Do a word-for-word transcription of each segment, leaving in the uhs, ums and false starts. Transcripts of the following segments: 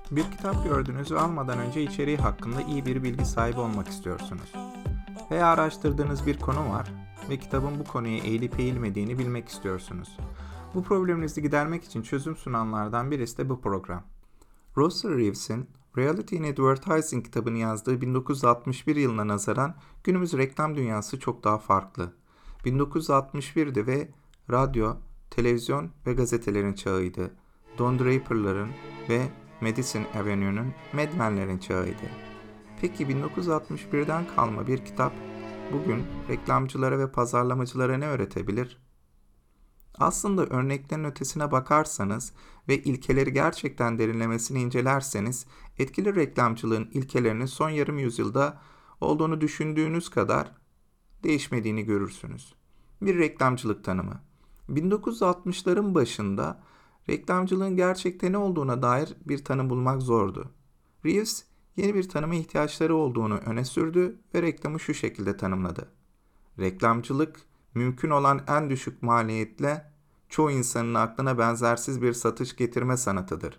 Bir kitap gördünüz ve almadan önce içeriği hakkında iyi bir bilgi sahibi olmak istiyorsunuz. Veya araştırdığınız bir konu var ve kitabın bu konuya eğilip eğilmediğini bilmek istiyorsunuz. Bu probleminizi gidermek için çözüm sunanlardan birisi de bu program. Russell Reeves'in Reality in Advertising kitabını yazdığı bin dokuz yüz altmış bir yılına nazaran günümüz reklam dünyası çok daha farklı. bin dokuz yüz altmış birdi ve radyo, televizyon ve gazetelerin çağıydı. Don Draper'ların ve Madison Avenue'nun Mad Men'lerin çağıydı. Peki bin dokuz yüz altmış birden kalma bir kitap bugün reklamcılara ve pazarlamacılara ne öğretebilir? Aslında örneklerin ötesine bakarsanız ve ilkeleri gerçekten derinlemesine incelerseniz etkili reklamcılığın ilkelerinin son yarım yüzyılda olduğunu düşündüğünüz kadar değişmediğini görürsünüz. Bir reklamcılık tanımı. bin dokuz yüz altmışların başında reklamcılığın gerçekte ne olduğuna dair bir tanım bulmak zordu. Reeves yeni bir tanıma ihtiyaçları olduğunu öne sürdü ve reklamı şu şekilde tanımladı. Reklamcılık, mümkün olan en düşük maliyetle çoğu insanın aklına benzersiz bir satış getirme sanatıdır.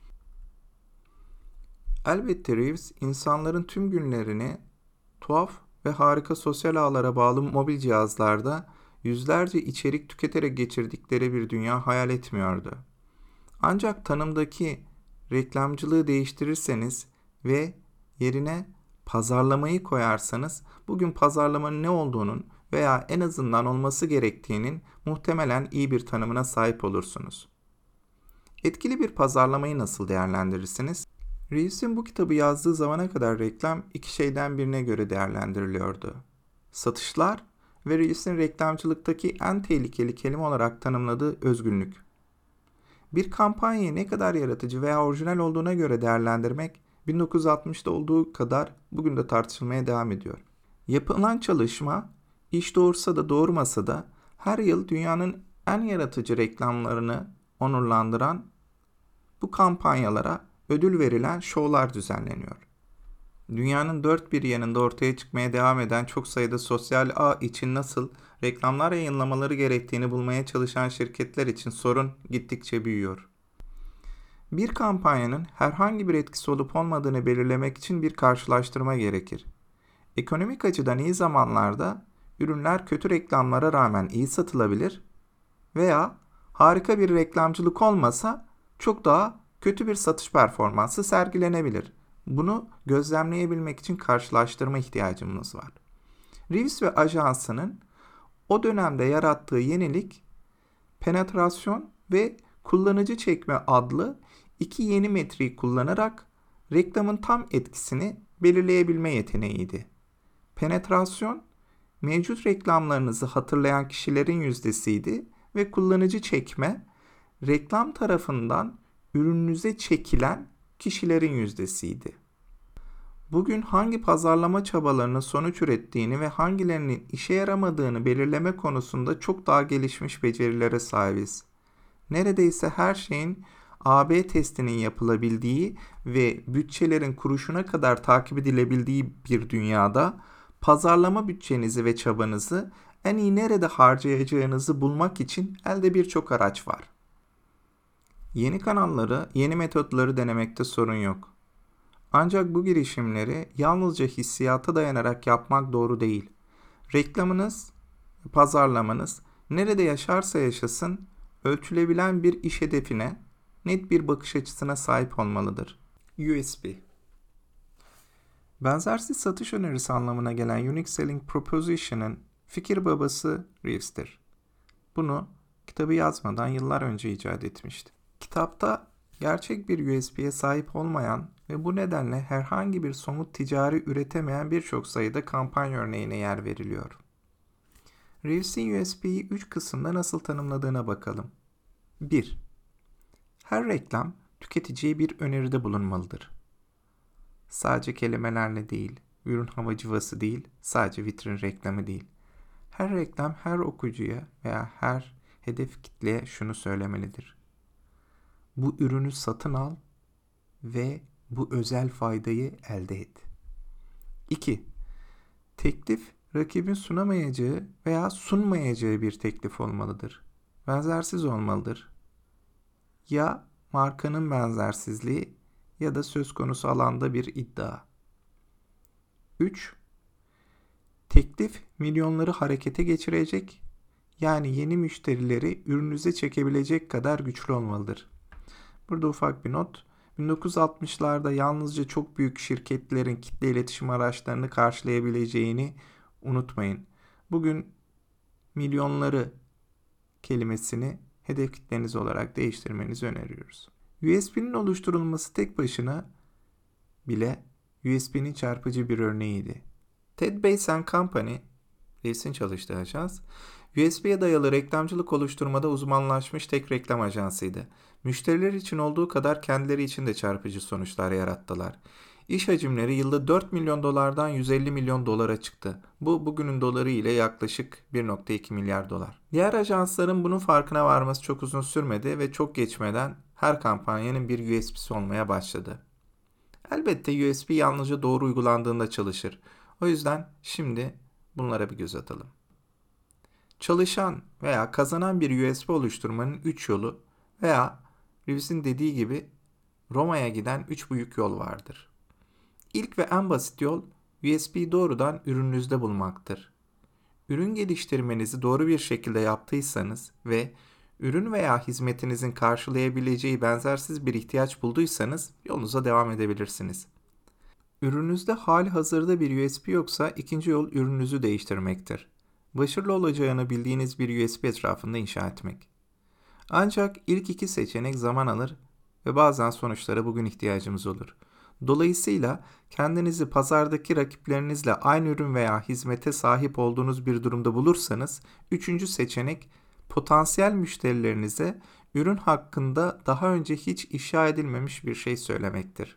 Elbette Reeves, insanların tüm günlerini tuhaf ve harika sosyal ağlara bağlı mobil cihazlarda yüzlerce içerik tüketerek geçirdikleri bir dünya hayal etmiyordu. Ancak tanımdaki reklamcılığı değiştirirseniz ve yerine pazarlamayı koyarsanız bugün pazarlamanın ne olduğunun veya en azından olması gerektiğinin muhtemelen iyi bir tanımına sahip olursunuz. Etkili bir pazarlamayı nasıl değerlendirirsiniz? Reeves'in bu kitabı yazdığı zamana kadar reklam iki şeyden birine göre değerlendiriliyordu. Satışlar ve Reeves'in reklamcılıktaki en tehlikeli kelime olarak tanımladığı özgünlük. Bir kampanyayı ne kadar yaratıcı veya orijinal olduğuna göre değerlendirmek bin dokuz yüz altmışta olduğu kadar bugün de tartışılmaya devam ediyor. Yapılan çalışma iş doğursa da doğurmasa da her yıl dünyanın en yaratıcı reklamlarını onurlandıran bu kampanyalara ödül verilen şovlar düzenleniyor. Dünyanın dört bir yanında ortaya çıkmaya devam eden çok sayıda sosyal ağ için nasıl reklamlar yayınlamaları gerektiğini bulmaya çalışan şirketler için sorun gittikçe büyüyor. Bir kampanyanın herhangi bir etkisi olup olmadığını belirlemek için bir karşılaştırma gerekir. Ekonomik açıdan iyi zamanlarda ürünler kötü reklamlara rağmen iyi satılabilir veya harika bir reklamcılık olmasa çok daha kötü bir satış performansı sergilenebilir. Bunu gözlemleyebilmek için karşılaştırma ihtiyacımız var. Reeves ve ajansının o dönemde yarattığı yenilik, penetrasyon ve kullanıcı çekme adlı iki yeni metriği kullanarak reklamın tam etkisini belirleyebilme yeteneğiydi. Penetrasyon, mevcut reklamlarınızı hatırlayan kişilerin yüzdesiydi ve kullanıcı çekme, reklam tarafından ürününüze çekilen kişilerin yüzdesiydi. Bugün hangi pazarlama çabalarının sonuç ürettiğini ve hangilerinin işe yaramadığını belirleme konusunda çok daha gelişmiş becerilere sahibiz. Neredeyse her şeyin A B testinin yapılabildiği ve bütçelerin kuruşuna kadar takip edilebildiği bir dünyada pazarlama bütçenizi ve çabanızı en iyi nerede harcayacağınızı bulmak için elde birçok araç var. Yeni kanalları, yeni metotları denemekte sorun yok. Ancak bu girişimleri yalnızca hissiyata dayanarak yapmak doğru değil. Reklamınız, pazarlamanız nerede yaşarsa yaşasın ölçülebilen bir iş hedefine, net bir bakış açısına sahip olmalıdır. U S P Benzersiz satış önerisi anlamına gelen Unique Selling Proposition'ın fikir babası Reeves'tir. Bunu kitabı yazmadan yıllar önce icat etmişti. Kitapta gerçek bir U S P'ye sahip olmayan ve bu nedenle herhangi bir somut ticari üretemeyen birçok sayıda kampanya örneğine yer veriliyor. Reeves'in U S P'yi üç kısımda nasıl tanımladığına bakalım. bir. Her reklam tüketiciye bir öneride bulunmalıdır. Sadece kelimelerle değil, ürün havacıvası değil, sadece vitrin reklamı değil. Her reklam her okuyucuya veya her hedef kitleye şunu söylemelidir. Bu ürünü satın al ve bu özel faydayı elde et. iki. Teklif, rakibin sunamayacağı veya sunmayacağı bir teklif olmalıdır. Benzersiz olmalıdır. Ya markanın benzersizliği ya da söz konusu alanda bir iddia. üç. Teklif milyonları harekete geçirecek, yani yeni müşterileri ürününüze çekebilecek kadar güçlü olmalıdır. Burada ufak bir not. bin dokuz yüz altmışlarda yalnızca çok büyük şirketlerin kitle iletişim araçlarını karşılayabileceğini unutmayın. Bugün milyonları kelimesini hedef kitleniz olarak değiştirmenizi öneriyoruz. U S B'nin oluşturulması tek başına bile U S B'nin çarpıcı bir örneğiydi. Ted Bates and Company, Reeves'in çalıştığı ajans, U S B'ye dayalı reklamcılık oluşturmada uzmanlaşmış tek reklam ajansıydı. Müşteriler için olduğu kadar kendileri için de çarpıcı sonuçlar yarattılar. İş hacimleri yılda dört milyon dolardan yüz elli milyon dolara çıktı. Bu bugünün doları ile yaklaşık bir nokta iki milyar dolar. Diğer ajansların bunun farkına varması çok uzun sürmedi ve çok geçmeden her kampanyanın bir U S B'si olmaya başladı. Elbette U S B yalnızca doğru uygulandığında çalışır. O yüzden şimdi bunlara bir göz atalım. Çalışan veya kazanan bir U S B oluşturmanın üç yolu veya Reeves'in dediği gibi Roma'ya giden üç büyük yol vardır. İlk ve en basit yol U S B'yi doğrudan ürününüzde bulmaktır. Ürün geliştirmenizi doğru bir şekilde yaptıysanız ve ürün veya hizmetinizin karşılayabileceği benzersiz bir ihtiyaç bulduysanız yolunuza devam edebilirsiniz. Ürününüzde hali hazırda bir U S B yoksa ikinci yol ürününüzü değiştirmektir. Başarılı olacağını bildiğiniz bir U S B etrafında inşa etmek. Ancak ilk iki seçenek zaman alır ve bazen sonuçlara bugün ihtiyacımız olur. Dolayısıyla kendinizi pazardaki rakiplerinizle aynı ürün veya hizmete sahip olduğunuz bir durumda bulursanız, üçüncü seçenek potansiyel müşterilerinize ürün hakkında daha önce hiç inşa edilmemiş bir şey söylemektir.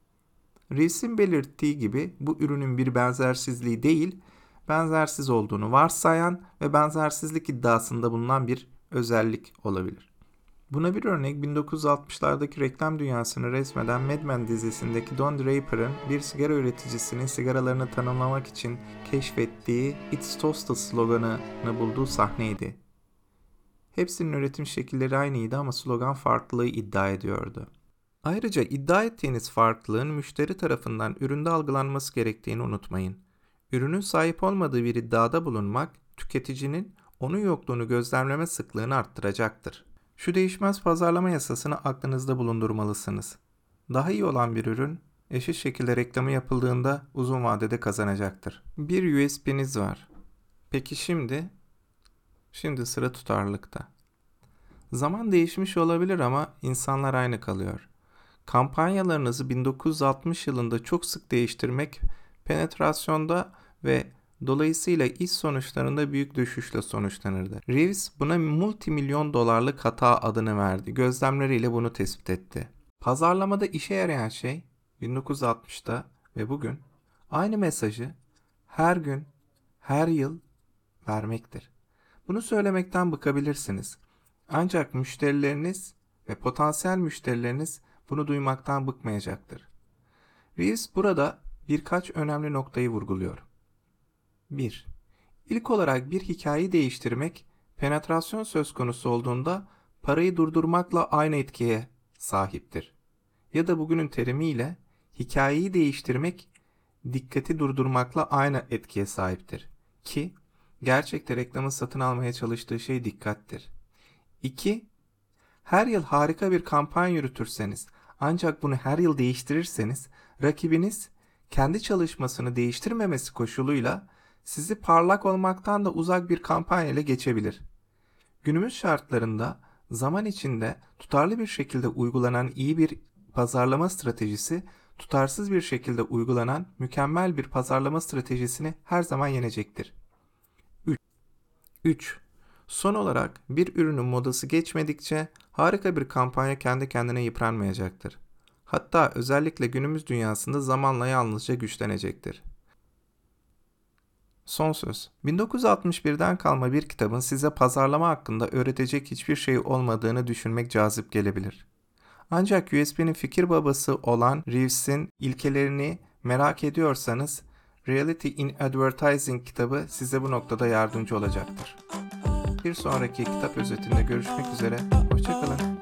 Reeves'in belirttiği gibi bu ürünün bir benzersizliği değil, benzersiz olduğunu varsayan ve benzersizlik iddiasında bulunan bir özellik olabilir. Buna bir örnek bin dokuz yüz altmışlardaki reklam dünyasını resmeden Mad Men dizisindeki Don Draper'ın bir sigara üreticisinin sigaralarını tanımlamak için keşfettiği It's Toasted sloganını bulduğu sahneydi. Hepsinin üretim şekilleri aynıydı ama slogan farklılığı iddia ediyordu. Ayrıca iddia ettiğiniz farklılığın müşteri tarafından üründe algılanması gerektiğini unutmayın. Ürünün sahip olmadığı bir iddiada bulunmak, tüketicinin onun yokluğunu gözlemleme sıklığını arttıracaktır. Şu değişmez pazarlama yasasını aklınızda bulundurmalısınız. Daha iyi olan bir ürün, eşit şekilde reklamı yapıldığında uzun vadede kazanacaktır. Bir U S B'niz var. Peki şimdi? Şimdi sıra tutarlılıkta. Zaman değişmiş olabilir ama insanlar aynı kalıyor. Kampanyalarınızı bin dokuz yüz altmış yılında çok sık değiştirmek, penetrasyonda ve dolayısıyla iş sonuçlarında büyük düşüşle sonuçlanırdı. Reeves buna multimilyon dolarlık hata adını verdi. Gözlemleriyle bunu tespit etti. Pazarlamada işe yarayan şey bin dokuz yüz altmışta ve bugün aynı mesajı her gün, her yıl vermektir. Bunu söylemekten bıkabilirsiniz. Ancak müşterileriniz ve potansiyel müşterileriniz bunu duymaktan bıkmayacaktır. Reeves burada birkaç önemli noktayı vurguluyor. bir. İlk olarak bir hikayeyi değiştirmek, penetrasyon söz konusu olduğunda parayı durdurmakla aynı etkiye sahiptir. Ya da bugünün terimiyle hikayeyi değiştirmek, dikkati durdurmakla aynı etkiye sahiptir. Ki gerçekte reklamın satın almaya çalıştığı şey dikkattir. iki. Her yıl harika bir kampanya yürütürseniz ancak bunu her yıl değiştirirseniz rakibiniz kendi çalışmasını değiştirmemesi koşuluyla sizi parlak olmaktan da uzak bir kampanya ile geçebilir. Günümüz şartlarında zaman içinde tutarlı bir şekilde uygulanan iyi bir pazarlama stratejisi tutarsız bir şekilde uygulanan mükemmel bir pazarlama stratejisini her zaman yenecektir. üç. Son olarak bir ürünün modası geçmedikçe harika bir kampanya kendi kendine yıpranmayacaktır. Hatta özellikle günümüz dünyasında zamanla yalnızca güçlenecektir. Son söz. bin dokuz yüz altmış birden kalma bir kitabın size pazarlama hakkında öğretecek hiçbir şey olmadığını düşünmek cazip gelebilir. Ancak U S B'nin fikir babası olan Reeves'in ilkelerini merak ediyorsanız Reality in Advertising kitabı size bu noktada yardımcı olacaktır. Bir sonraki kitap özetinde görüşmek üzere. Hoşça kalın.